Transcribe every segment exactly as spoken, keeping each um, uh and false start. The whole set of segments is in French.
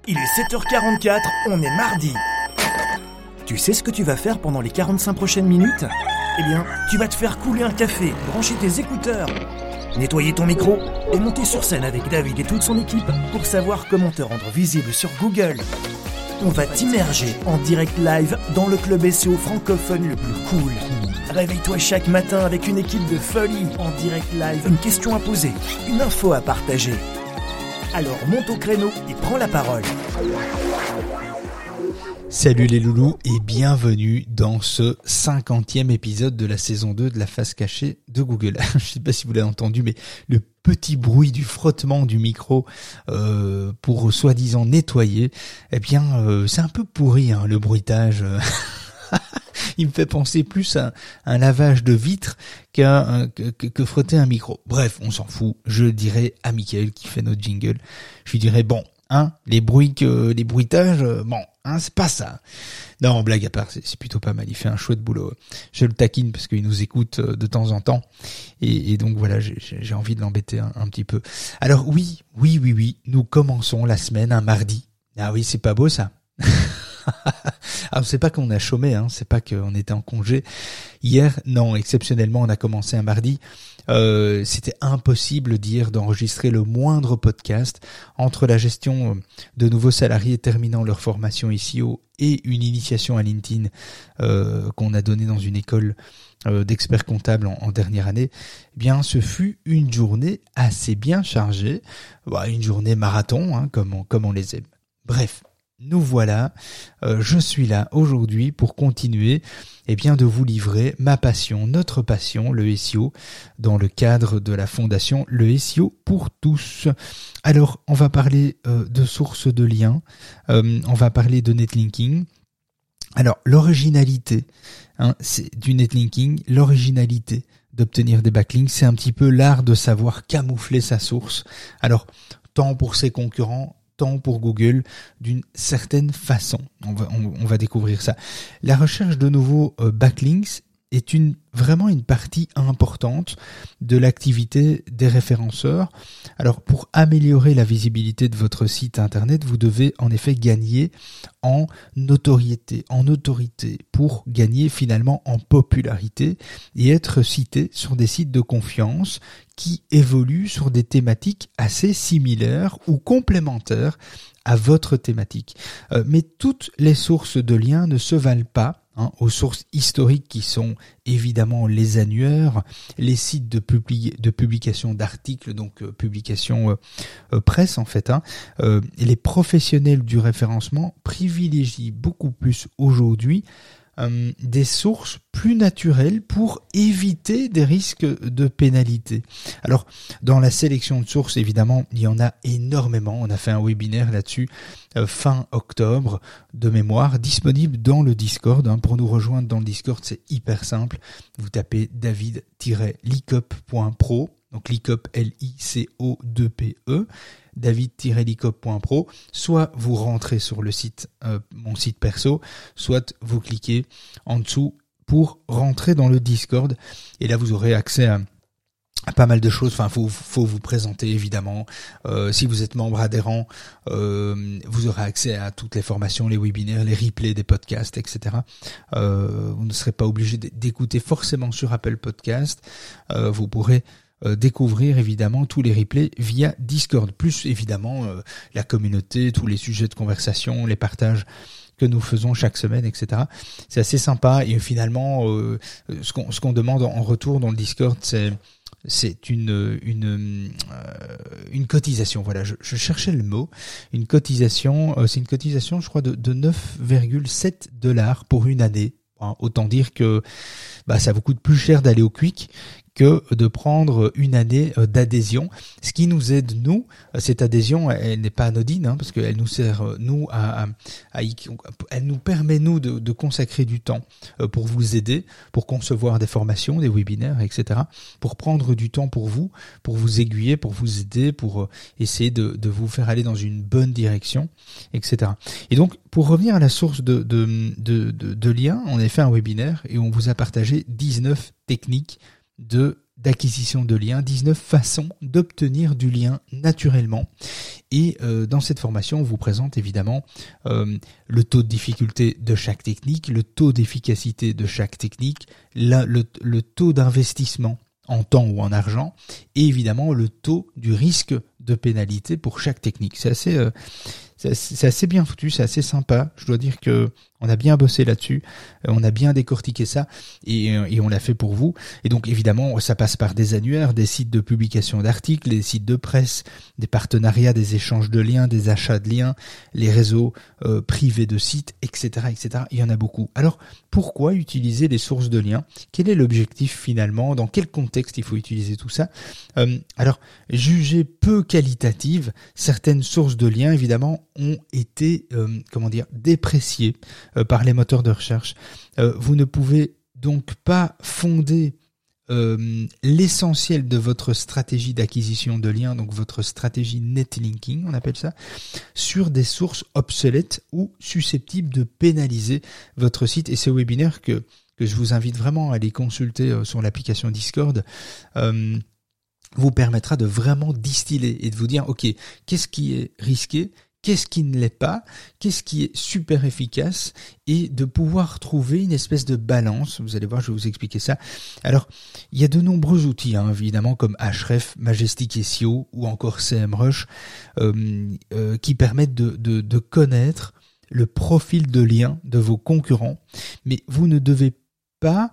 Il est sept heures quarante-quatre, on est mardi. Tu sais ce que tu vas faire pendant les quarante-cinq prochaines minutes ? Eh bien, tu vas te faire couler un café, brancher tes écouteurs, nettoyer ton micro et monter sur scène avec David et toute son équipe pour savoir comment te rendre visible sur Google. On va t'immerger en direct live dans le club S E O francophone le plus cool. Réveille-toi chaque matin avec une équipe de folie en direct live, une question à poser, une info à partager. Alors monte au créneau et prends la parole. Salut les loulous et bienvenue dans ce cinquantième épisode de la saison deux de la face cachée de Google. Je sais pas si vous l'avez entendu, mais le petit bruit du frottement du micro euh, pour soi-disant nettoyer, eh bien euh, c'est un peu pourri hein, le bruitage. Il me fait penser plus à un lavage de vitres qu'à un, que, que, que frotter un micro. Bref, on s'en fout. Je dirais à Mickaël qui fait notre jingle, je lui dirais bon, hein, les bruits que les bruitages, bon, hein, c'est pas ça. Non, blague à part, c'est, c'est plutôt pas mal. Il fait un chouette boulot. Je le taquine parce qu'il nous écoute de temps en temps, et, et donc voilà, j'ai, j'ai envie de l'embêter un, un petit peu. Alors oui, oui, oui, oui, nous commençons la semaine un mardi. Ah oui, c'est pas beau ça. Alors c'est pas qu'on a chômé, hein, c'est pas qu'on était en congé hier, non, exceptionnellement on a commencé un mardi. Euh, c'était impossible d'hier d'enregistrer le moindre podcast entre la gestion de nouveaux salariés terminant leur formation I C O et une initiation à LinkedIn euh, qu'on a donnée dans une école euh, d'experts comptables en, en dernière année. Eh bien, ce fut une journée assez bien chargée, bah, une journée marathon, hein, comme on, comme on les aime. Bref. Nous voilà, euh, je suis là aujourd'hui pour continuer eh bien, de vous livrer ma passion, notre passion, le S E O, dans le cadre de la fondation Le S E O pour tous. Alors, on va parler euh, de sources de liens, euh, on va parler de netlinking. Alors, l'originalité hein, c'est du netlinking, l'originalité d'obtenir des backlinks, c'est un petit peu l'art de savoir camoufler sa source. Alors, tant pour ses concurrents, tant pour Google, d'une certaine façon. On va, on, on va découvrir ça. La recherche de nouveaux euh, backlinks est une vraiment une partie importante de l'activité des référenceurs. Alors, pour améliorer la visibilité de votre site internet, vous devez en effet gagner en notoriété, en autorité, pour gagner finalement en popularité et être cité sur des sites de confiance qui évoluent sur des thématiques assez similaires ou complémentaires à votre thématique. Euh, mais toutes les sources de liens ne se valent pas Hein, aux sources historiques qui sont évidemment les annuaires, les sites de, publi- de publication d'articles, donc euh, publication euh, euh, presse en fait. Hein, euh, et les professionnels du référencement privilégient beaucoup plus aujourd'hui euh, des sources plus naturelles pour éviter des risques de pénalité. Alors, dans la sélection de sources, évidemment, il y en a énormément. On a fait un webinaire là-dessus euh, fin octobre de mémoire, disponible dans le Discord. Hein. Pour nous rejoindre dans le Discord, c'est hyper simple. Vous tapez david tiret licop point pro, donc licop L I C O deux P E, david tiret licop point pro, soit vous rentrez sur le site, euh, mon site perso, soit vous cliquez en dessous pour rentrer dans le Discord, et là vous aurez accès à, à pas mal de choses. Enfin, faut faut vous présenter évidemment. Euh, si vous êtes membre adhérent, euh, vous aurez accès à toutes les formations, les webinaires, les replays des podcasts, et cetera. Euh, vous ne serez pas obligé d'écouter forcément sur Apple Podcast. Euh, vous pourrez euh, découvrir évidemment tous les replays via Discord, plus évidemment euh, la communauté, tous les sujets de conversation, les partages que nous faisons chaque semaine, et cetera. C'est assez sympa, et finalement, euh, ce qu'on ce qu'on demande en retour dans le Discord, c'est c'est une une euh, une cotisation. Voilà, je, je cherchais le mot. Une cotisation, euh, c'est une cotisation, je crois, de de neuf virgule sept dollars pour une année. Hein, autant dire que bah ça vous coûte plus cher d'aller au Quick que de prendre une année d'adhésion. Ce qui nous aide, nous, cette adhésion, elle n'est pas anodine, hein, parce qu'elle nous sert, nous, à, à, à, elle nous permet, nous, de, de consacrer du temps pour vous aider, pour concevoir des formations, des webinaires, et cetera, pour prendre du temps pour vous, pour vous aiguiller, pour vous aider, pour essayer de, de vous faire aller dans une bonne direction, et cetera. Et donc, pour revenir à la source de, de, de, de, de liens, on a fait un webinaire et on vous a partagé dix-neuf techniques de d'acquisition de liens, dix-neuf façons d'obtenir du lien naturellement. Et euh, dans cette formation, on vous présente évidemment euh, le taux de difficulté de chaque technique, le taux d'efficacité de chaque technique, la, le, le taux d'investissement en temps ou en argent, et évidemment le taux du risque de pénalité pour chaque technique. C'est assez, euh, c'est, c'est assez bien foutu, c'est assez sympa. Je dois dire que on a bien bossé là-dessus, on a bien décortiqué ça et, et on l'a fait pour vous. Et donc évidemment, ça passe par des annuaires, des sites de publication d'articles, des sites de presse, des partenariats, des échanges de liens, des achats de liens, les réseaux euh, privés de sites, et cetera, et cetera. Il y en a beaucoup. Alors, pourquoi utiliser les sources de liens ? Quel est l'objectif finalement ? Dans quel contexte il faut utiliser tout ça ? euh, Alors, jugées peu qualitatives, certaines sources de liens, évidemment, ont été, euh, comment dire, dépréciées euh, par les moteurs de recherche. Euh, vous ne pouvez donc pas fonder euh, l'essentiel de votre stratégie d'acquisition de liens, donc votre stratégie netlinking, on appelle ça, sur des sources obsolètes ou susceptibles de pénaliser votre site. Et ce webinaire que, que je vous invite vraiment à aller consulter euh, sur l'application Discord, euh, vous permettra de vraiment distiller et de vous dire, ok, qu'est-ce qui est risqué ? Qu'est-ce qui ne l'est pas, qu'est-ce qui est super efficace, et de pouvoir trouver une espèce de balance. Vous allez voir, je vais vous expliquer ça. Alors, il y a de nombreux outils, hein, évidemment, comme Ahrefs, Majestic S E O ou encore SEMrush, euh, euh, qui permettent de, de, de connaître le profil de lien de vos concurrents, mais vous ne devez pas,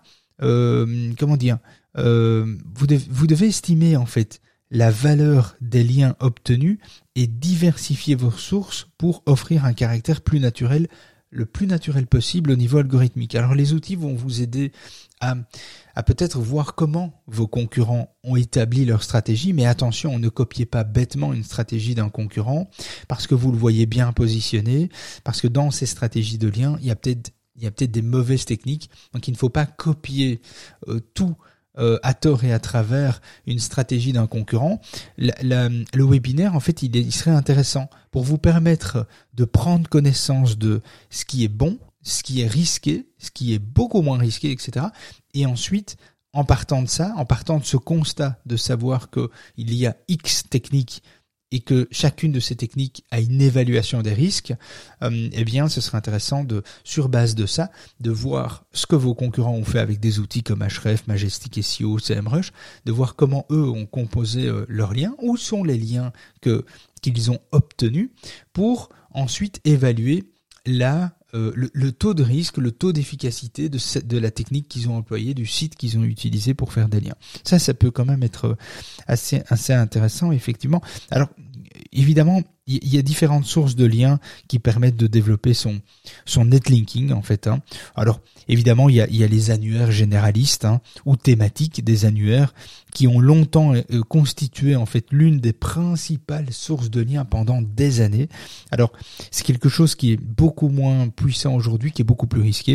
euh, comment dire, euh, vous, devez, vous devez estimer en fait la valeur des liens obtenus et diversifier vos sources pour offrir un caractère plus naturel, le plus naturel possible au niveau algorithmique. Alors les outils vont vous aider à, à peut-être voir comment vos concurrents ont établi leur stratégie, mais attention, ne copiez pas bêtement une stratégie d'un concurrent parce que vous le voyez bien positionné, parce que dans ces stratégies de liens, il y a peut-être, il y a peut-être des mauvaises techniques, donc il ne faut pas copier euh, tout Euh, à tort et à travers une stratégie d'un concurrent. La, la, le webinaire, en fait, il, est, il serait intéressant pour vous permettre de prendre connaissance de ce qui est bon, ce qui est risqué, ce qui est beaucoup moins risqué, et cetera. Et ensuite, en partant de ça, en partant de ce constat de savoir que il y a X techniques et que chacune de ces techniques a une évaluation des risques, euh, eh bien, ce serait intéressant de, sur base de ça, de voir ce que vos concurrents ont fait avec des outils comme Ahrefs, Majestic S E O, SEMrush, de voir comment eux ont composé euh, leurs liens, où sont les liens que qu'ils ont obtenus, pour ensuite évaluer la Euh, le, le taux de risque, le taux d'efficacité de, cette, de la technique qu'ils ont employée, du site qu'ils ont utilisé pour faire des liens. Ça, ça peut quand même être assez, assez intéressant, effectivement. Alors, évidemment, il y, y a différentes sources de liens qui permettent de développer son, son netlinking, en fait. Hein. Alors, évidemment, il y a, il y a les annuaires généralistes hein, ou thématiques des annuaires qui ont longtemps euh, constitué, en fait, l'une des principales sources de liens pendant des années. Alors, c'est quelque chose qui est beaucoup moins puissant aujourd'hui, qui est beaucoup plus risqué.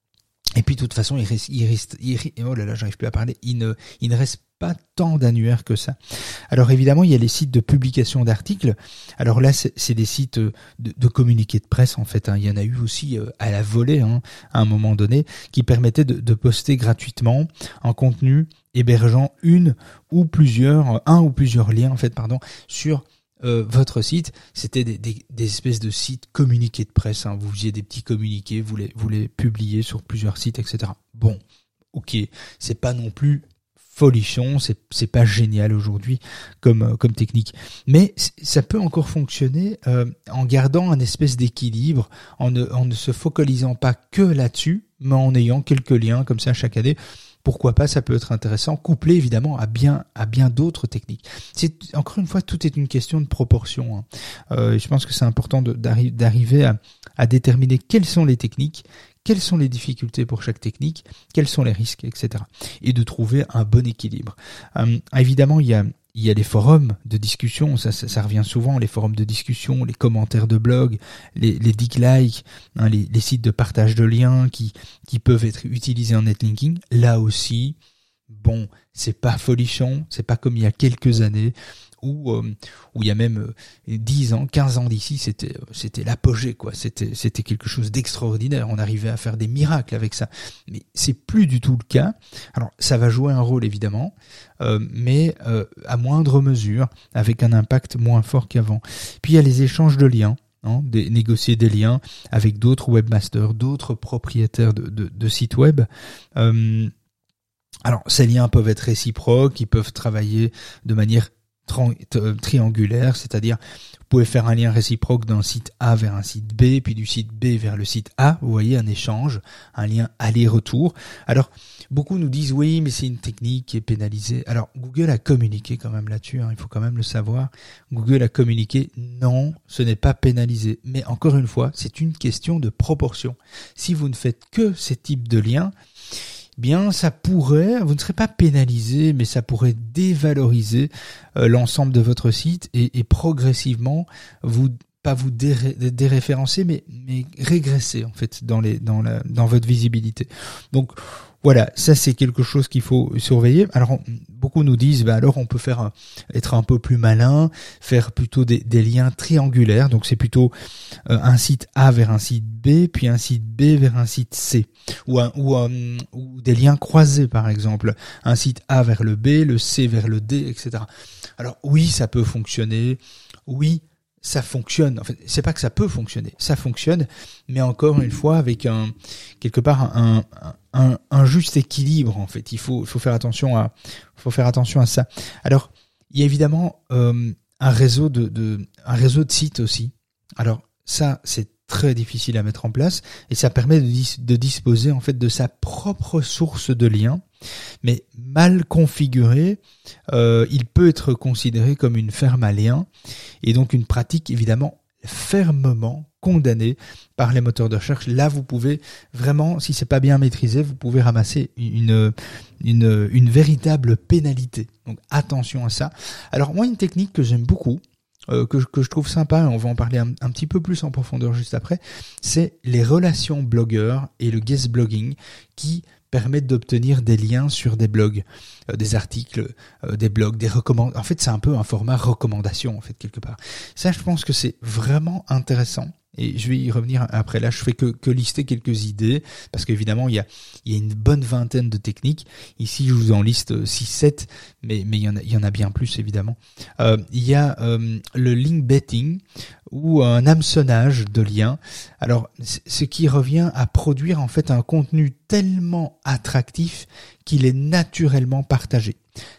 Et puis, de toute façon, il reste, il reste, il reste oh là là, j'arrive plus à parler, il ne, il ne reste pas tant d'annuaires que ça. Alors évidemment, il y a les sites de publication d'articles. Alors là, c'est, c'est des sites de, de communiqués de presse en fait. Hein. Il y en a eu aussi euh, à la volée hein, à un moment donné, qui permettaient de, de poster gratuitement un contenu hébergeant une ou plusieurs, un ou plusieurs liens en fait, pardon, sur Euh, votre site. C'était des, des, des espèces de sites communiqués de presse. Hein. Vous faisiez des petits communiqués, vous les, vous les publiez sur plusieurs sites, et cetera. Bon, ok, c'est pas non plus folichon, c'est c'est pas génial aujourd'hui comme comme technique, mais ça peut encore fonctionner euh, en gardant un espèce d'équilibre, en ne en ne se focalisant pas que là-dessus, mais en ayant quelques liens comme ça chaque année. Pourquoi pas, ça peut être intéressant, couplé évidemment à bien à bien d'autres techniques. C'est encore une fois, tout est une question de proportion. Hein. Euh, je pense que c'est important de, d'arri- d'arriver à, à déterminer quelles sont les techniques, quelles sont les difficultés pour chaque technique, quels sont les risques, et cetera. Et de trouver un bon équilibre. Euh, évidemment, il y a Il y a les forums de discussion, ça, ça, ça revient souvent, les forums de discussion, les commentaires de blog, les, les dick likes, hein, les, les sites de partage de liens qui, qui peuvent être utilisés en netlinking. Là aussi, bon, c'est pas folichon, c'est pas comme il y a quelques années où euh, où il y a même euh, dix ans, quinze ans d'ici, c'était c'était l'apogée quoi. C'était c'était quelque chose d'extraordinaire. On arrivait à faire des miracles avec ça. Mais c'est plus du tout le cas. Alors ça va jouer un rôle évidemment, euh, mais euh, à moindre mesure, avec un impact moins fort qu'avant. Puis il y a les échanges de liens. Hein, des, négocier des liens avec d'autres webmasters, d'autres propriétaires de, de, de sites web. Euh, alors, ces liens peuvent être réciproques, ils peuvent travailler de manière tri- triangulaire, c'est-à-dire vous pouvez faire un lien réciproque d'un site A vers un site B, puis du site B vers le site A, vous voyez, un échange, un lien aller-retour. Alors, beaucoup nous disent oui, mais c'est une technique qui est pénalisée. Alors, Google a communiqué quand même là-dessus, hein, il faut quand même le savoir. Google a communiqué, non, ce n'est pas pénalisé. Mais encore une fois, c'est une question de proportion. Si vous ne faites que ces types de liens, bien ça pourrait, vous ne serez pas pénalisé, mais ça pourrait dévaloriser euh, l'ensemble de votre site et, et progressivement vous pas vous déré, déréférencer, mais mais régresser en fait dans les dans la dans votre visibilité. Donc voilà, ça c'est quelque chose qu'il faut surveiller. Alors beaucoup nous disent, bah alors on peut faire un, être un peu plus malin, faire plutôt des, des liens triangulaires. Donc c'est plutôt euh, un site A vers un site B, puis un site B vers un site C, ou un, ou, un, ou des liens croisés par exemple, un site A vers le B, le C vers le D, et cetera. Alors oui, ça peut fonctionner. Oui. Ça fonctionne. En fait, c'est pas que ça peut fonctionner. Ça fonctionne, mais encore une fois, avec un, quelque part, un, un, un juste équilibre, en fait. Il faut, il faut faire attention à, faut faire attention à ça. Alors, il y a évidemment, euh, un réseau de, de, un réseau de sites aussi. Alors, ça, c'est très difficile à mettre en place et ça permet de, dis- de disposer, en fait, de sa propre source de liens. Mais mal configuré, euh, il peut être considéré comme une ferme à liens et donc une pratique évidemment fermement condamnée par les moteurs de recherche. Là, vous pouvez vraiment, si c'est pas bien maîtrisé, vous pouvez ramasser une une une véritable pénalité. Donc attention à ça. Alors moi, une technique que j'aime beaucoup, euh, que que je trouve sympa, et on va en parler un, un petit peu plus en profondeur juste après, c'est les relations blogueurs et le guest blogging qui permettent d'obtenir des liens sur des blogs, euh, des articles, euh, des blogs, des recommandations. En fait, c'est un peu un format recommandation, en fait, quelque part. Ça, je pense que c'est vraiment intéressant. Et je vais y revenir après. Là, je fais que, que lister quelques idées, parce qu'évidemment, il y a, il y a une bonne vingtaine de techniques. Ici, je vous en liste six sept, mais, mais il y en a, il y en a bien plus, évidemment. Euh, il y a euh, le link betting, ou un hameçonnage de liens. Alors, ce qui revient à produire, en fait, un contenu tellement attractif qu'il est naturellement partagé.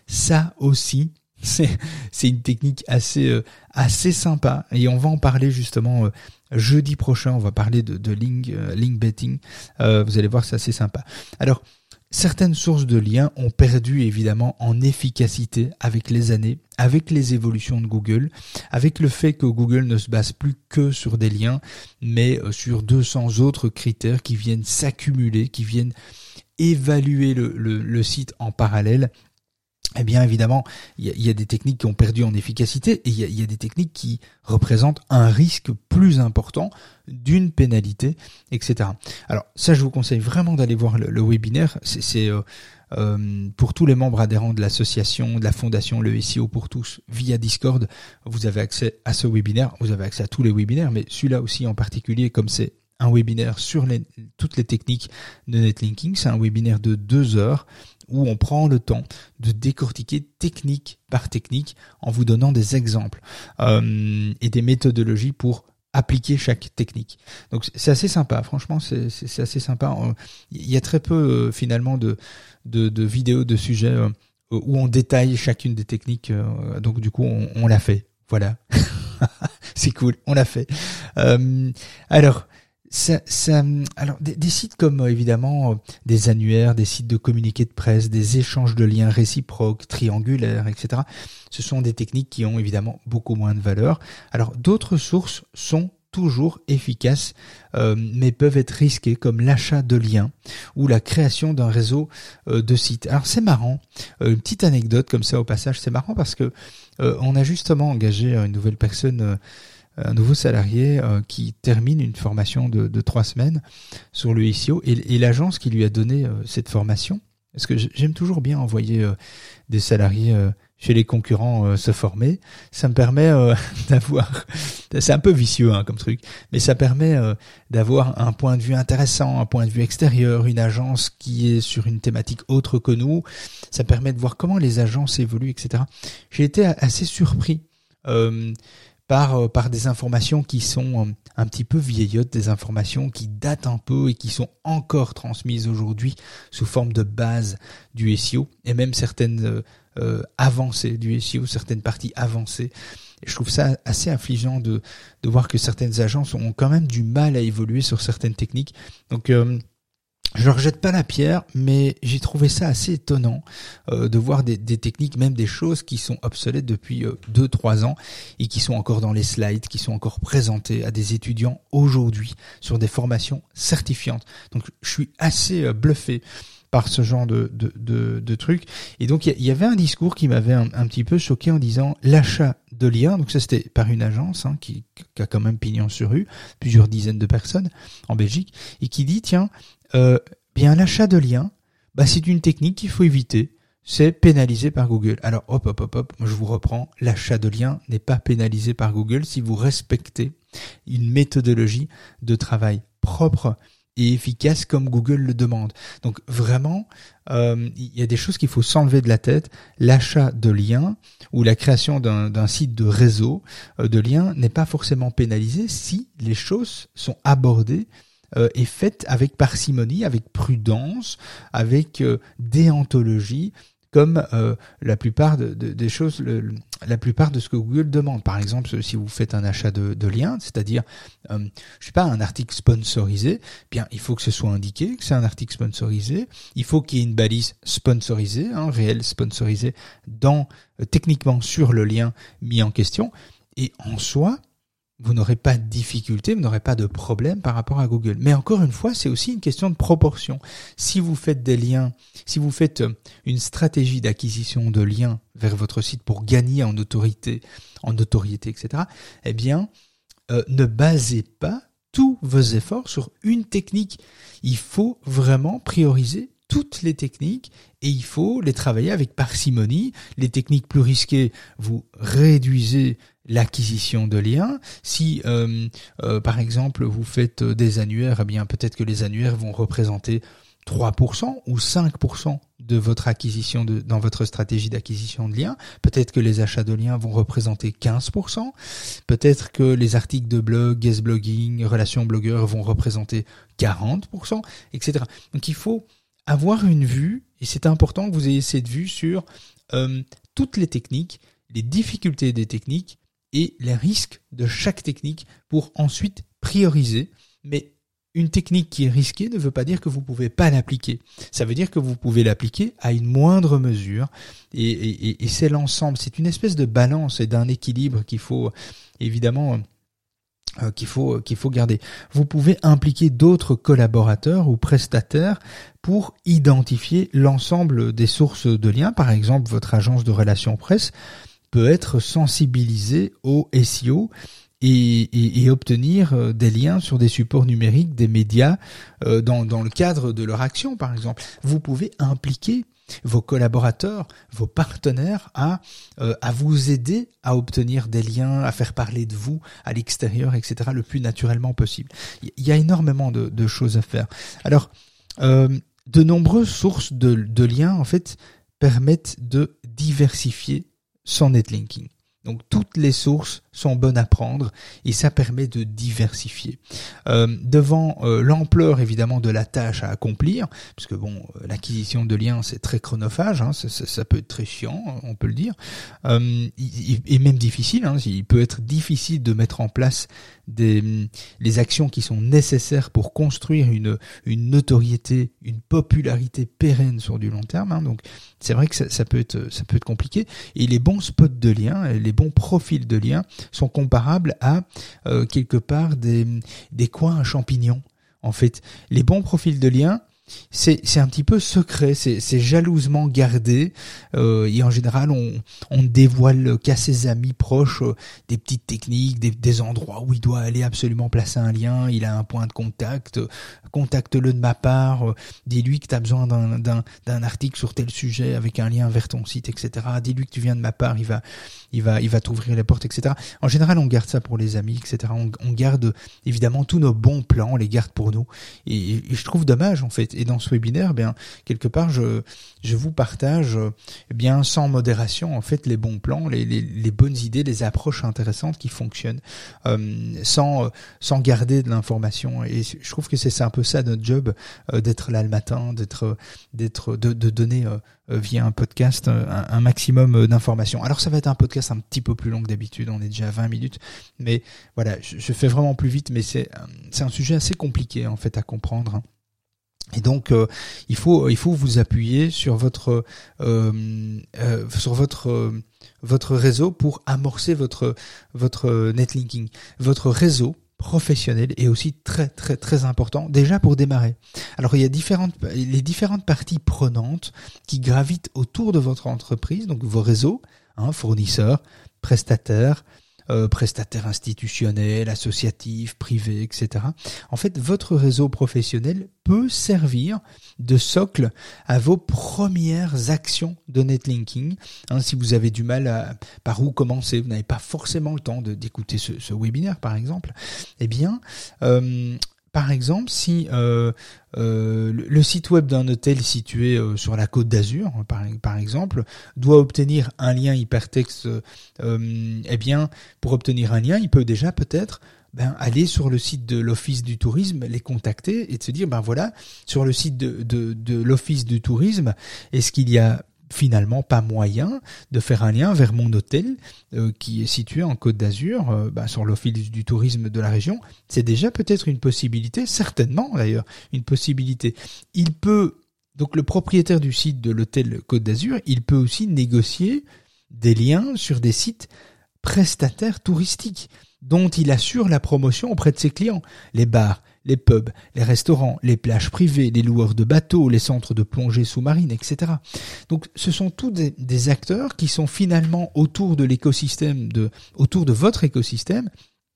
Ça aussi, c'est, c'est une technique assez, euh, assez sympa, et on va en parler justement euh, jeudi prochain. On va parler de, de link, euh, link betting. Euh, vous allez voir, c'est assez sympa. Alors, certaines sources de liens ont perdu évidemment en efficacité avec les années, avec les évolutions de Google, avec le fait que Google ne se base plus que sur des liens, mais sur deux cents autres critères qui viennent s'accumuler, qui viennent évaluer le, le, le site en parallèle. Eh bien, évidemment, il y, y a des techniques qui ont perdu en efficacité et il y a, y a des techniques qui représentent un risque plus important d'une pénalité, et cetera. Alors, ça, je vous conseille vraiment d'aller voir le, le webinaire. C'est, c'est euh, euh, pour tous les membres adhérents de l'association, de la fondation Le S E O pour tous, via Discord. Vous avez accès à ce webinaire. Vous avez accès à tous les webinaires, mais celui-là aussi en particulier, comme c'est un webinaire sur les, toutes les techniques de netlinking. C'est un webinaire de deux heures où on prend le temps de décortiquer technique par technique en vous donnant des exemples euh, et des méthodologies pour appliquer chaque technique. Donc c'est assez sympa, franchement c'est, c'est, c'est assez sympa. Il y a très peu euh, finalement de, de, de vidéos, de sujets euh, où on détaille chacune des techniques, euh, donc du coup on, on l'a fait, voilà. C'est cool, on l'a fait. Euh, alors, Ça, ça, alors des, des sites comme euh, évidemment euh, des annuaires, des sites de communiqués de presse, des échanges de liens réciproques, triangulaires, et cetera. Ce sont des techniques qui ont évidemment beaucoup moins de valeur. Alors d'autres sources sont toujours efficaces, euh, mais peuvent être risquées, comme l'achat de liens ou la création d'un réseau euh, de sites. Alors c'est marrant, euh, une petite anecdote comme ça au passage, c'est marrant parce que euh, on a justement engagé une nouvelle personne. Euh, un nouveau salarié euh, qui termine une formation de, de trois semaines sur le S E O et, et l'agence qui lui a donné euh, cette formation, parce que j'aime toujours bien envoyer euh, des salariés euh, chez les concurrents euh, se former. Ça me permet euh, d'avoir, c'est un peu vicieux hein, comme truc, mais ça permet euh, d'avoir un point de vue intéressant, un point de vue extérieur, une agence qui est sur une thématique autre que nous. Ça permet de voir comment les agences évoluent, et cetera. J'ai été assez surpris euh, par par des informations qui sont un petit peu vieillottes, des informations qui datent un peu et qui sont encore transmises aujourd'hui sous forme de base du S E O et même certaines euh, euh, avancées du S E O, certaines parties avancées. Et je trouve ça assez affligeant de de voir que certaines agences ont quand même du mal à évoluer sur certaines techniques. Donc euh, je ne rejette pas la pierre, mais j'ai trouvé ça assez étonnant euh, de voir des, des techniques, même des choses qui sont obsolètes depuis euh, deux trois ans et qui sont encore dans les slides, qui sont encore présentées à des étudiants aujourd'hui sur des formations certifiantes. Donc je suis assez euh, bluffé par ce genre de, de, de, de trucs. Et donc il y, y avait un discours qui m'avait un, un petit peu choqué en disant l'achat de liens, donc ça c'était par une agence hein, qui, qui a quand même pignon sur rue, plusieurs dizaines de personnes en Belgique, et qui dit tiens, Euh, bien l'achat de liens, bah c'est une technique qu'il faut éviter, c'est pénalisé par Google. Alors hop hop hop hop, moi je vous reprends, l'achat de liens n'est pas pénalisé par Google si vous respectez une méthodologie de travail propre et efficace comme Google le demande. Donc vraiment, euh, il y a des choses qu'il faut s'enlever de la tête. L'achat de liens ou la création d'un, d'un site de réseau euh, de liens n'est pas forcément pénalisé si les choses sont abordées Euh, est faite avec parcimonie, avec prudence, avec euh, déontologie, comme euh, la plupart de, de, des choses, le, le, la plupart de ce que Google demande. Par exemple, si vous faites un achat de, de liens, c'est-à-dire, euh, je sais pas, un article sponsorisé, bien, il faut que ce soit indiqué que c'est un article sponsorisé. Il faut qu'il y ait une balise sponsorisée, hein, réelle sponsorisée, dans euh, techniquement sur le lien mis en question. Et en soi, vous n'aurez pas de difficulté, vous n'aurez pas de problème par rapport à Google. Mais encore une fois, c'est aussi une question de proportion. Si vous faites des liens, si vous faites une stratégie d'acquisition de liens vers votre site pour gagner en autorité, en notoriété, et cetera, eh bien, euh, ne basez pas tous vos efforts sur une technique. Il faut vraiment prioriser toutes les techniques et il faut les travailler avec parcimonie. Les techniques plus risquées, vous réduisez l'acquisition de liens. Si, euh, euh, par exemple, vous faites des annuaires, eh bien peut-être que les annuaires vont représenter trois pour cent ou cinq pour cent de votre acquisition de, dans votre stratégie d'acquisition de liens. Peut-être que les achats de liens vont représenter quinze pour cent. Peut-être que les articles de blog, guest blogging, relations blogueurs vont représenter quarante pour cent, et cetera. Donc il faut avoir une vue, et c'est important que vous ayez cette vue sur euh, toutes les techniques, les difficultés des techniques et les risques de chaque technique pour ensuite prioriser. Mais une technique qui est risquée ne veut pas dire que vous ne pouvez pas l'appliquer. Ça veut dire que vous pouvez l'appliquer à une moindre mesure et, et, et c'est l'ensemble. C'est une espèce de balance et d'un équilibre qu'il faut évidemment euh, qu'il faut qu'il faut garder. Vous pouvez impliquer d'autres collaborateurs ou prestataires pour identifier l'ensemble des sources de liens. Par exemple, votre agence de relations presse peut être sensibilisée au S E O et, et, et obtenir des liens sur des supports numériques, des médias, euh, dans, dans le cadre de leur action, par exemple. Vous pouvez impliquer vos collaborateurs, vos partenaires à euh, à vous aider à obtenir des liens, à faire parler de vous à l'extérieur, et cetera, le plus naturellement possible. Il y a énormément de, de choses à faire. Alors, euh, de nombreuses sources de, de liens, en fait, permettent de diversifier son netlinking. Donc toutes les sources sont bonnes à prendre et ça permet de diversifier. Euh, devant euh, l'ampleur évidemment de la tâche à accomplir, parce que bon, euh, l'acquisition de liens c'est très chronophage, hein, ça, ça, ça peut être très chiant, on peut le dire, euh, et même difficile. Hein, il peut être difficile de mettre en place des les actions qui sont nécessaires pour construire une une notoriété, une popularité pérenne sur du long terme. Hein, donc c'est vrai que ça, ça peut être ça peut être compliqué. Et les bons spots de liens, les bons profils de liens sont comparables à euh, quelque part des des coins à champignons. En fait, les bons profils de liens, c'est c'est un petit peu secret, c'est c'est jalousement gardé, euh, et en général on on ne dévoile qu'à ses amis proches euh, des petites techniques, des des endroits où il doit aller absolument placer un lien, il a un point de contact, euh, contacte-le de ma part, euh, dis-lui que tu as besoin d'un d'un d'un article sur tel sujet avec un lien vers ton site, et cetera. Dis-lui que tu viens de ma part, il va il va il va t'ouvrir les portes, et cetera. En général, on garde ça pour les amis, et cetera. On, on garde évidemment tous nos bons plans, on les garde pour nous, et, et je trouve dommage en fait. Et dans ce webinaire, eh bien quelque part, je je vous partage, eh bien sans modération en fait les bons plans, les les, les bonnes idées, les approches intéressantes qui fonctionnent, euh, sans sans garder de l'information. Et je trouve que c'est, c'est un peu ça notre job, euh, d'être là le matin, d'être d'être de de donner euh, via un podcast un, un maximum d'informations. Alors ça va être un podcast un petit peu plus long que d'habitude, on est déjà à vingt minutes, mais voilà, je, je fais vraiment plus vite, mais c'est c'est un sujet assez compliqué en fait à comprendre. Et donc euh, il faut il faut vous appuyer sur votre euh, euh, sur votre euh, votre réseau pour amorcer votre votre netlinking. Votre réseau professionnel est aussi très très très important déjà pour démarrer. Alors il y a différentes les différentes parties prenantes qui gravitent autour de votre entreprise, donc vos réseaux, hein, fournisseurs, prestataires, Euh, prestataires institutionnels, associatifs, privés, et cetera. En fait, votre réseau professionnel peut servir de socle à vos premières actions de netlinking. Hein, si vous avez du mal à par où commencer, vous n'avez pas forcément le temps de, d'écouter ce, ce webinaire, par exemple, eh bien, euh, par exemple, si euh, euh, le, le site web d'un hôtel situé euh, sur la Côte d'Azur, par, par exemple, doit obtenir un lien hypertexte, euh, eh bien, pour obtenir un lien, il peut déjà peut-être ben, aller sur le site de l'Office du tourisme, les contacter et de se dire, ben voilà, sur le site de, de, de l'Office du tourisme, est-ce qu'il y a finalement pas moyen de faire un lien vers mon hôtel euh, qui est situé en Côte d'Azur, euh, bah, sur l'Office du tourisme de la région. C'est déjà peut-être une possibilité, certainement d'ailleurs, une possibilité. Il peut, donc le propriétaire du site de l'hôtel Côte d'Azur, il peut aussi négocier des liens sur des sites prestataires touristiques dont il assure la promotion auprès de ses clients, les bars, les pubs, les restaurants, les plages privées, les loueurs de bateaux, les centres de plongée sous-marine, et cetera. Donc, ce sont tous des, des acteurs qui sont finalement autour de l'écosystème, de, autour de votre écosystème,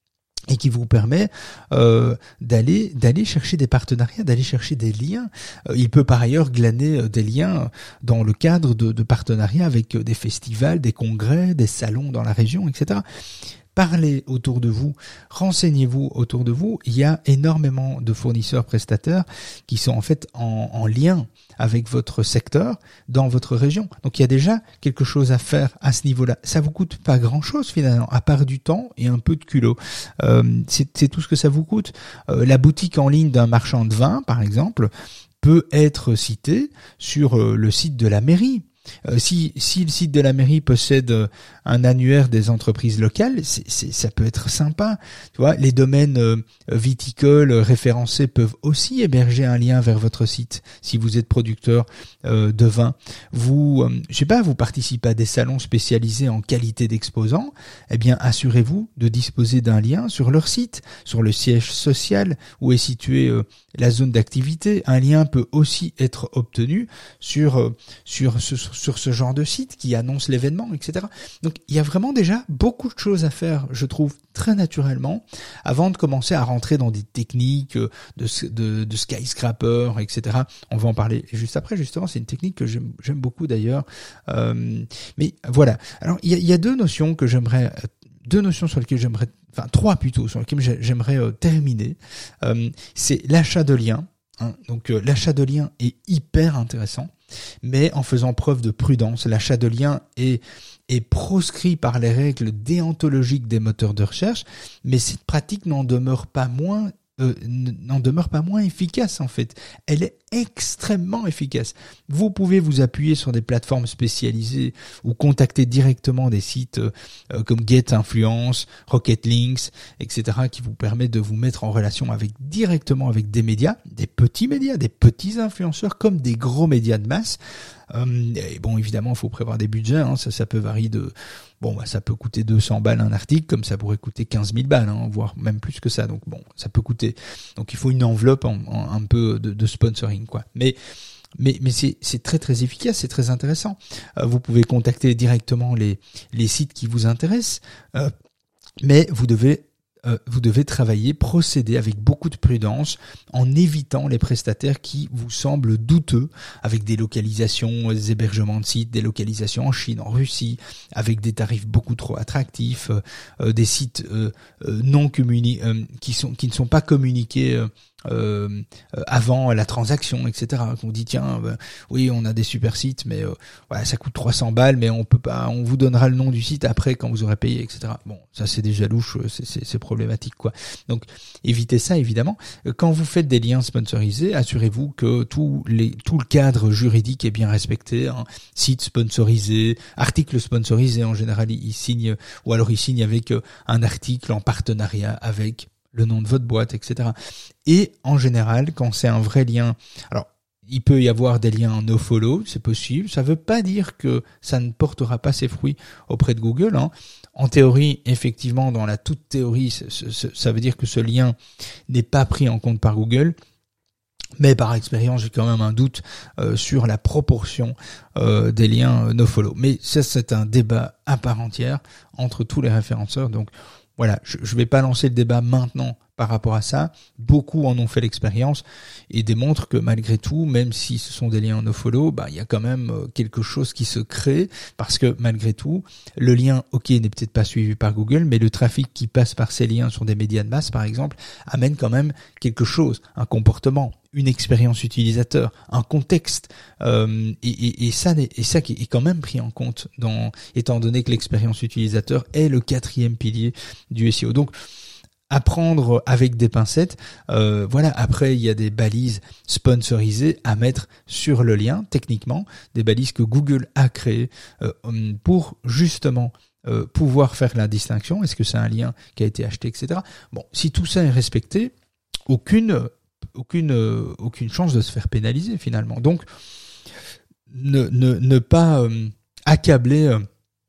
et qui vous permet euh, d'aller d'aller chercher des partenariats, d'aller chercher des liens. Euh, il peut par ailleurs glaner euh, des liens dans le cadre de, de partenariats avec euh, des festivals, des congrès, des salons dans la région, et cetera. Parlez autour de vous, renseignez-vous autour de vous. Il y a énormément de fournisseurs prestataires qui sont en fait en, en lien avec votre secteur dans votre région. Donc il y a déjà quelque chose à faire à ce niveau-là. Ça vous coûte pas grand-chose finalement, à part du temps et un peu de culot. Euh, c'est, c'est tout ce que ça vous coûte. Euh, la boutique en ligne d'un marchand de vin, par exemple, peut être citée sur euh, le site de la mairie. Euh, si, si le site de la mairie possède euh, un annuaire des entreprises locales, c'est, c'est, ça peut être sympa. Tu vois, les domaines euh, viticoles euh, référencés peuvent aussi héberger un lien vers votre site. Si vous êtes producteur euh, de vin, vous, euh, je sais pas, vous participez à des salons spécialisés en qualité d'exposants, eh bien, assurez-vous de disposer d'un lien sur leur site, sur le siège social où est située euh, la zone d'activité. Un lien peut aussi être obtenu sur euh, sur ce sur ce genre de site qui annonce l'événement, et cetera. Donc, il y a vraiment déjà beaucoup de choses à faire, je trouve, très naturellement, avant de commencer à rentrer dans des techniques de, de, de skyscraper, et cetera. On va en parler juste après, justement. C'est une technique que j'aime, j'aime beaucoup d'ailleurs. Euh, mais voilà. Alors, il y a, il y a deux notions que j'aimerais, deux notions sur lesquelles j'aimerais, enfin trois plutôt, sur lesquelles j'aimerais euh, terminer. Euh, c'est l'achat de liens. Hein. Donc, euh, l'achat de liens est hyper intéressant. Mais en faisant preuve de prudence, l'achat de liens est, est proscrit par les règles déontologiques des moteurs de recherche, mais cette pratique n'en demeure pas moins euh, n'en demeure pas moins efficace en fait. Elle est extrêmement efficace. Vous pouvez vous appuyer sur des plateformes spécialisées ou contacter directement des sites euh, comme GetInfluence, Rocket Links, et cetera qui vous permettent de vous mettre en relation avec directement avec des médias, des petits médias, des petits influenceurs comme des gros médias de masse. Euh, et bon, évidemment, il faut prévoir des budgets. Hein, ça, ça peut varier de bon, bah, ça peut coûter deux cents balles un article, comme ça pourrait coûter quinze mille balles, hein, voire même plus que ça. Donc bon, ça peut coûter. Donc il faut une enveloppe en, en, un peu de, de sponsoring, quoi. Mais Mais, mais c'est, c'est très très efficace, c'est très intéressant. Euh, vous pouvez contacter directement les, les sites qui vous intéressent, euh, mais vous devez euh, vous devez travailler, procéder avec beaucoup de prudence en évitant les prestataires qui vous semblent douteux, avec des localisations, des hébergements de sites, des localisations en Chine, en Russie, avec des tarifs beaucoup trop attractifs, euh, euh, des sites euh, euh, non communi- euh, qui sont qui ne sont pas communiqués. Euh, Euh, avant la transaction, et cetera. On dit tiens, ben, oui, on a des super sites, mais euh, voilà, ça coûte trois cents balles, mais on peut pas, on vous donnera le nom du site après quand vous aurez payé, et cetera. Bon, ça c'est déjà louche, c'est, c'est, c'est problématique, quoi. Donc évitez ça évidemment. Quand vous faites des liens sponsorisés, assurez-vous que tout les tout le cadre juridique est bien respecté. Hein. Site sponsorisé, article sponsorisé en général, il signe ou alors il signe avec un article en partenariat avec le nom de votre boîte, et cetera. Et en général, quand c'est un vrai lien, alors il peut y avoir des liens en nofollow, c'est possible. Ça veut pas dire que ça ne portera pas ses fruits auprès de Google. Hein. En théorie, effectivement, dans la toute théorie, ça veut dire que ce lien n'est pas pris en compte par Google. Mais par expérience, j'ai quand même un doute euh, sur la proportion euh, des liens nofollow. Mais ça, c'est un débat à part entière entre tous les référenceurs. Donc voilà, je ne vais pas lancer le débat maintenant par rapport à ça. Beaucoup en ont fait l'expérience et démontrent que malgré tout, même si ce sont des liens en nofollow, bah il y a quand même quelque chose qui se crée parce que malgré tout, le lien, ok, n'est peut-être pas suivi par Google, mais le trafic qui passe par ces liens sur des médias de masse, par exemple, amène quand même quelque chose, un comportement, une expérience utilisateur, un contexte, euh, et, et, et ça, et ça qui est quand même pris en compte, dans, étant donné que l'expérience utilisateur est le quatrième pilier du S E O. Donc, à prendre avec des pincettes. Euh, voilà. Après, il y a des balises sponsorisées à mettre sur le lien, techniquement, des balises que Google a créées euh, pour justement euh, pouvoir faire la distinction. Est-ce que c'est un lien qui a été acheté, et cetera. Bon, si tout ça est respecté, aucune aucune euh, aucune chance de se faire pénaliser finalement. Donc, ne ne ne pas euh, accabler euh,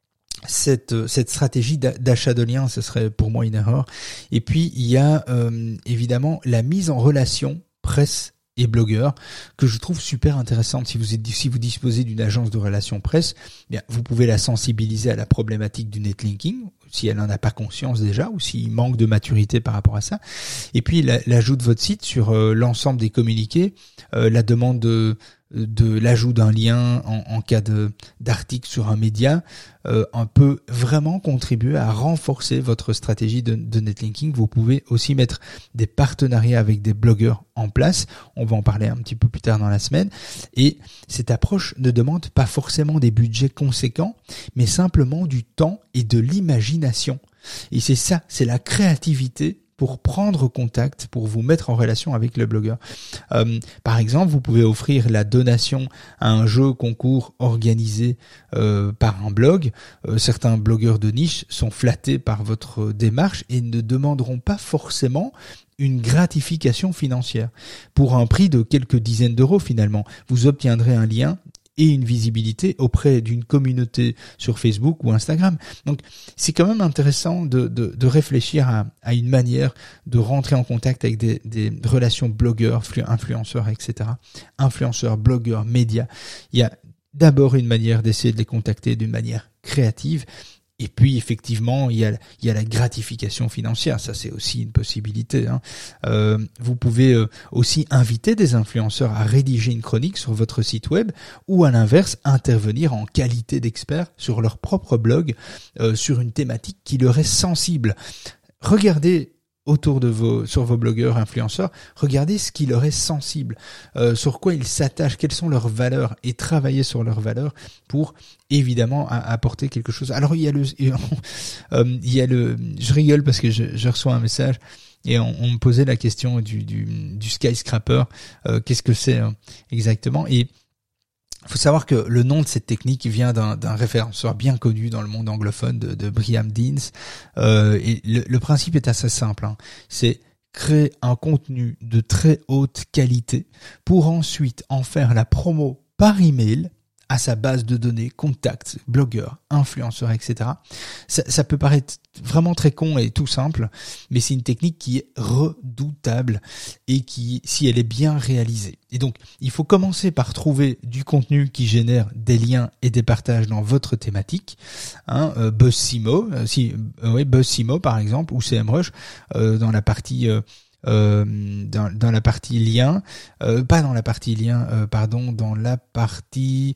cette cette stratégie d'achat de liens, ce serait pour moi une erreur. Et puis il y a euh, évidemment la mise en relation presse et blogueurs que je trouve super intéressante. Si vous êtes si vous disposez d'une agence de relations presse, bien vous pouvez la sensibiliser à la problématique du netlinking si elle n'en a pas conscience déjà ou s'il manque de maturité par rapport à ça. Et puis l'ajout de votre site sur euh, l'ensemble des communiqués, euh, la demande de de l'ajout d'un lien en, en cas de d'article sur un média, euh, un peut vraiment contribuer à renforcer votre stratégie de, de netlinking. Vous pouvez aussi mettre des partenariats avec des blogueurs en place. On va en parler un petit peu plus tard dans la semaine. Et cette approche ne demande pas forcément des budgets conséquents, mais simplement du temps et de l'imagination. Et c'est ça, c'est la créativité pour prendre contact, pour vous mettre en relation avec le blogueur. Euh, par exemple, vous pouvez offrir la donation à un jeu concours organisé euh, par un blog. Euh, certains blogueurs de niche sont flattés par votre démarche et ne demanderont pas forcément une gratification financière. Pour un prix de quelques dizaines d'euros finalement, vous obtiendrez un lien et une visibilité auprès d'une communauté sur Facebook ou Instagram. Donc, c'est quand même intéressant de, de, de réfléchir à, à une manière de rentrer en contact avec des, des relations blogueurs, influenceurs, et cetera. Influenceurs, blogueurs, médias. Il y a d'abord une manière d'essayer de les contacter d'une manière créative. Et puis effectivement, il y a il y a la gratification financière, ça c'est aussi une possibilité. Hein. Euh, vous pouvez euh, aussi inviter des influenceurs à rédiger une chronique sur votre site web, ou à l'inverse intervenir en qualité d'expert sur leur propre blog euh, sur une thématique qui leur est sensible. Regardez autour de vos, sur vos blogueurs, influenceurs, regardez ce qui leur est sensible, euh, sur quoi ils s'attachent, quelles sont leurs valeurs, et travailler sur leurs valeurs pour évidemment à, apporter quelque chose. Alors il y a le, euh, il y a le, je rigole parce que je, je reçois un message et on, on me posait la question du, du, du skyscraper, euh, qu'est-ce que c'est hein, exactement, et il faut savoir que le nom de cette technique vient d'un, d'un référenceur bien connu dans le monde anglophone de, de Brian Deans. Euh, et le, le principe est assez simple. Hein. C'est créer un contenu de très haute qualité pour ensuite en faire la promo par email à sa base de données, contacts, blogueurs, influenceurs, et cetera. Ça, ça peut paraître vraiment très con et tout simple, mais c'est une technique qui est redoutable et qui, si elle est bien réalisée. Et donc, il faut commencer par trouver du contenu qui génère des liens et des partages dans votre thématique. Hein, euh, BuzzSimo, euh, si, euh, ouais, BuzzSimo par exemple, ou SEMrush, euh, dans la partie euh, Euh, dans, dans la partie lien, euh, pas dans la partie lien, euh, pardon, dans la partie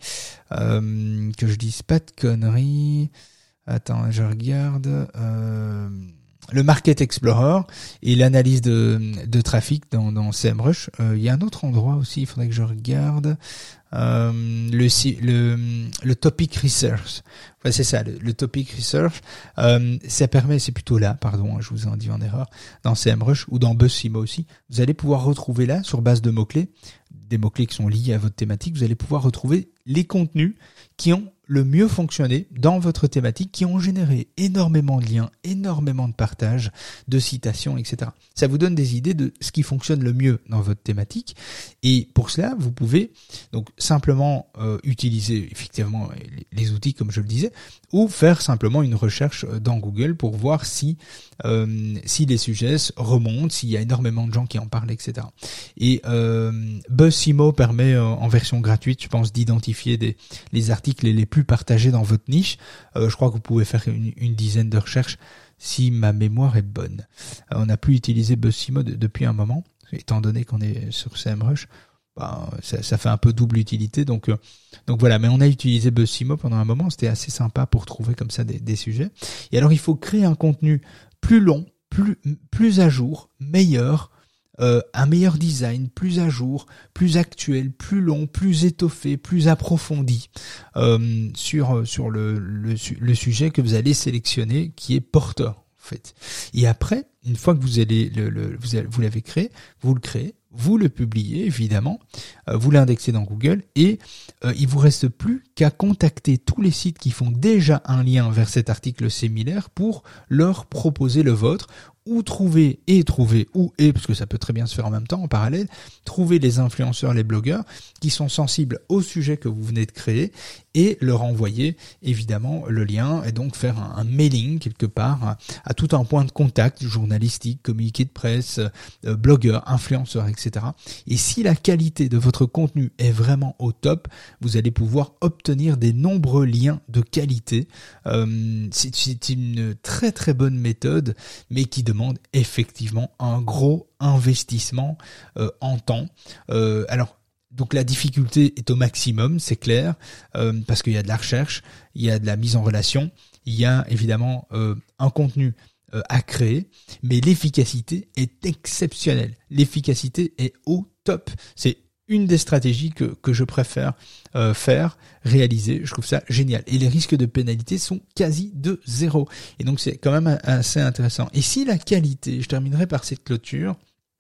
euh, que je dise pas de conneries. Attends, je regarde euh, le Market Explorer et l'analyse de, de trafic dans, dans SEMrush. Euh, il y a un autre endroit aussi, il faudrait que je regarde. Euh, le, le, le Topic Research. Enfin, c'est ça, le, le Topic Research. Euh, ça permet, c'est plutôt là, pardon, je vous ai dit en erreur, dans SEMrush ou dans BuzzSimo aussi. Vous allez pouvoir retrouver là, sur base de mots-clés, des mots-clés qui sont liés à votre thématique, vous allez pouvoir retrouver les contenus qui ont le mieux fonctionné dans votre thématique, qui ont généré énormément de liens, énormément de partages, de citations, et cetera. Ça vous donne des idées de ce qui fonctionne le mieux dans votre thématique. Et pour cela, vous pouvez donc simplement euh, utiliser effectivement les, les outils, comme je le disais, ou faire simplement une recherche dans Google pour voir si euh, si les sujets remontent, s'il y a énormément de gens qui en parlent, et cetera. Et euh, BuzzSimo permet euh, en version gratuite, je pense, d'identifier des les articles les plus partagés dans votre niche. Euh, je crois que vous pouvez faire une, une dizaine de recherches si ma mémoire est bonne. Euh, on n'a plus utilisé BuzzSimo de, depuis un moment, étant donné qu'on est sur SEMrush. Bah, ça, ça fait un peu double utilité, donc euh, donc voilà. Mais on a utilisé BuzzSimo pendant un moment, c'était assez sympa pour trouver comme ça des, des sujets. Et alors il faut créer un contenu plus long, plus plus à jour, meilleur, euh, un meilleur design, plus à jour, plus actuel, plus long, plus étoffé, plus approfondi euh, sur sur le, le le sujet que vous allez sélectionner, qui est porteur en fait. Et après, une fois que vous allez le, le vous avez, vous l'avez créé, vous le créez. Vous le publiez, évidemment, euh, vous l'indexez dans Google et euh, il vous reste plus qu'à contacter tous les sites qui font déjà un lien vers cet article similaire pour leur proposer le vôtre, ou trouver et trouver ou et parce que ça peut très bien se faire en même temps en parallèle, trouver les influenceurs, les blogueurs qui sont sensibles au sujet que vous venez de créer et leur envoyer évidemment le lien et donc faire un, un mailing quelque part à, à tout un point de contact journalistique, communiqué de presse, euh, blogueurs, influenceurs, et cetera. Et si la qualité de votre contenu est vraiment au top, vous allez pouvoir obtenir des nombreux liens de qualité. Euh, c'est, c'est une très très bonne méthode, mais qui demande effectivement un gros investissement euh, en temps. Euh, alors, donc la difficulté est au maximum, c'est clair, euh, parce qu'il y a de la recherche, il y a de la mise en relation, il y a évidemment euh, un contenu euh, à créer, mais l'efficacité est exceptionnelle. L'efficacité est au top. C'est une des stratégies que, que je préfère euh, faire, réaliser. Je trouve ça génial. Et les risques de pénalité sont quasi de zéro. Et donc c'est quand même assez intéressant. Et si la qualité, je terminerai par cette clôture,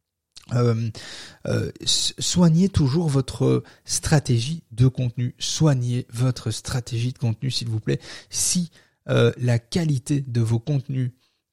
Euh, euh, soignez toujours votre stratégie de contenu. Soignez votre stratégie de contenu, s'il vous plaît. Si euh, la qualité de vos contenus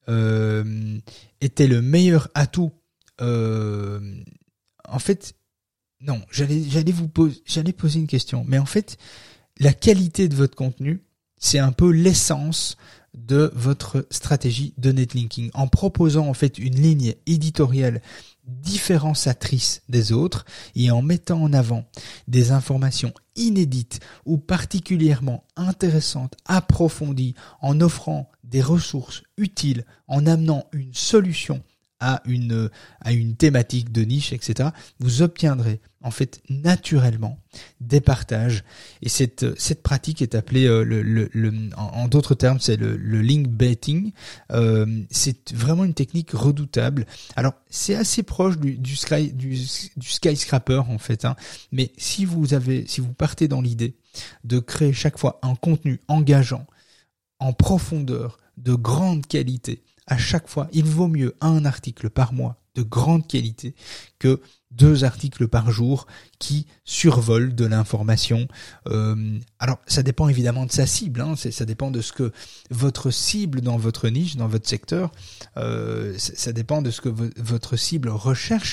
euh, était le meilleur atout, euh, en fait, non, j'allais, j'allais vous poser, j'allais poser une question. Mais en fait, la qualité de votre contenu, c'est un peu l'essence de votre stratégie de netlinking. En proposant en fait une ligne éditoriale différenciatrice des autres et en mettant en avant des informations inédites ou particulièrement intéressantes, approfondies, en offrant des ressources utiles, en amenant une solution à une à une thématique de niche, et cetera, vous obtiendrez en fait naturellement des partages. Et cette cette pratique est appelée euh, le, le, le en, en d'autres termes c'est le, le link baiting. Euh, c'est vraiment une technique redoutable. Alors c'est assez proche du du, sky, du, du skyscraper en fait, hein. Mais si vous avez si vous partez dans l'idée de créer chaque fois un contenu engageant, en profondeur, de grande qualité, à chaque fois, il vaut mieux un article par mois de grande qualité que deux articles par jour qui survolent de l'information. Euh, alors, ça dépend évidemment de sa cible, hein, c'est, ça dépend de ce que votre cible dans votre niche, dans votre secteur, euh, ça, ça dépend de ce que v- votre cible recherche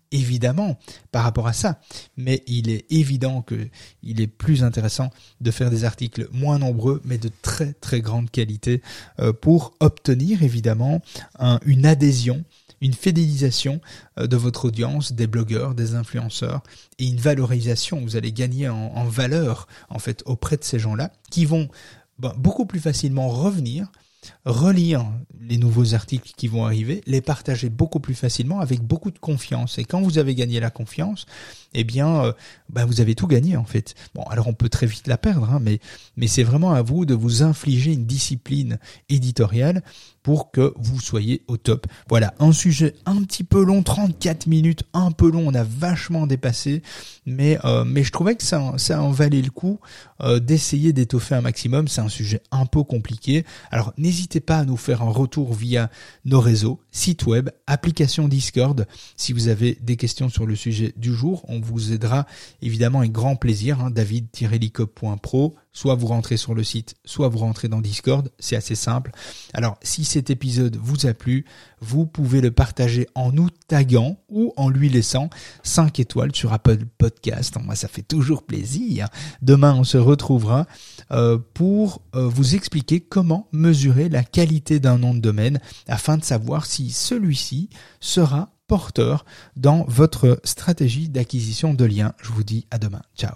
évidemment par rapport à ça, mais il est évident que il est plus intéressant de faire des articles moins nombreux mais de très très grande qualité euh, pour obtenir évidemment un, une adhésion, une fidélisation de votre audience, des blogueurs, des influenceurs et une valorisation. Vous allez gagner en, en valeur en fait auprès de ces gens-là qui vont ben, beaucoup plus facilement revenir, relire les nouveaux articles qui vont arriver, les partager beaucoup plus facilement avec beaucoup de confiance. Et quand vous avez gagné la confiance, eh bien, euh, ben vous avez tout gagné en fait. Bon, alors on peut très vite la perdre, hein, mais mais c'est vraiment à vous de vous infliger une discipline éditoriale pour que vous soyez au top. Voilà, un sujet un petit peu long, trente-quatre minutes, un peu long, on a vachement dépassé, mais euh, mais je trouvais que ça, ça en valait le coup euh, d'essayer d'étoffer un maximum. C'est un sujet un peu compliqué. Alors n'hésitez pas à nous faire un retour via nos réseaux, site web, application Discord. Si vous avez des questions sur le sujet du jour, on vous aidera évidemment avec grand plaisir, hein, david tiret licop point pro. Soit vous rentrez sur le site, soit vous rentrez dans Discord, c'est assez simple. Alors, si cet épisode vous a plu, vous pouvez le partager en nous taguant ou en lui laissant cinq étoiles sur Apple Podcast. Moi, ça fait toujours plaisir. Demain, on se retrouvera euh, pour euh, vous expliquer comment mesurer la qualité d'un nom de domaine afin de savoir si celui-ci sera porteur dans votre stratégie d'acquisition de liens. Je vous dis à demain. Ciao.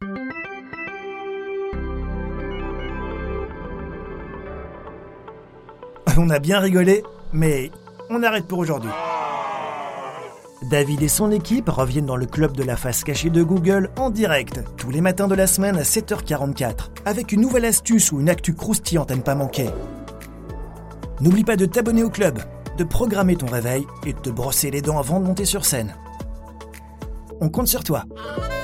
On a bien rigolé, mais on arrête pour aujourd'hui. David et son équipe reviennent dans le club de la face cachée de Google en direct, tous les matins de la semaine à sept heures quarante-quatre, avec une nouvelle astuce ou une actu croustillante à ne pas manquer. N'oublie pas de t'abonner au club, de programmer ton réveil et de te brosser les dents avant de monter sur scène. On compte sur toi.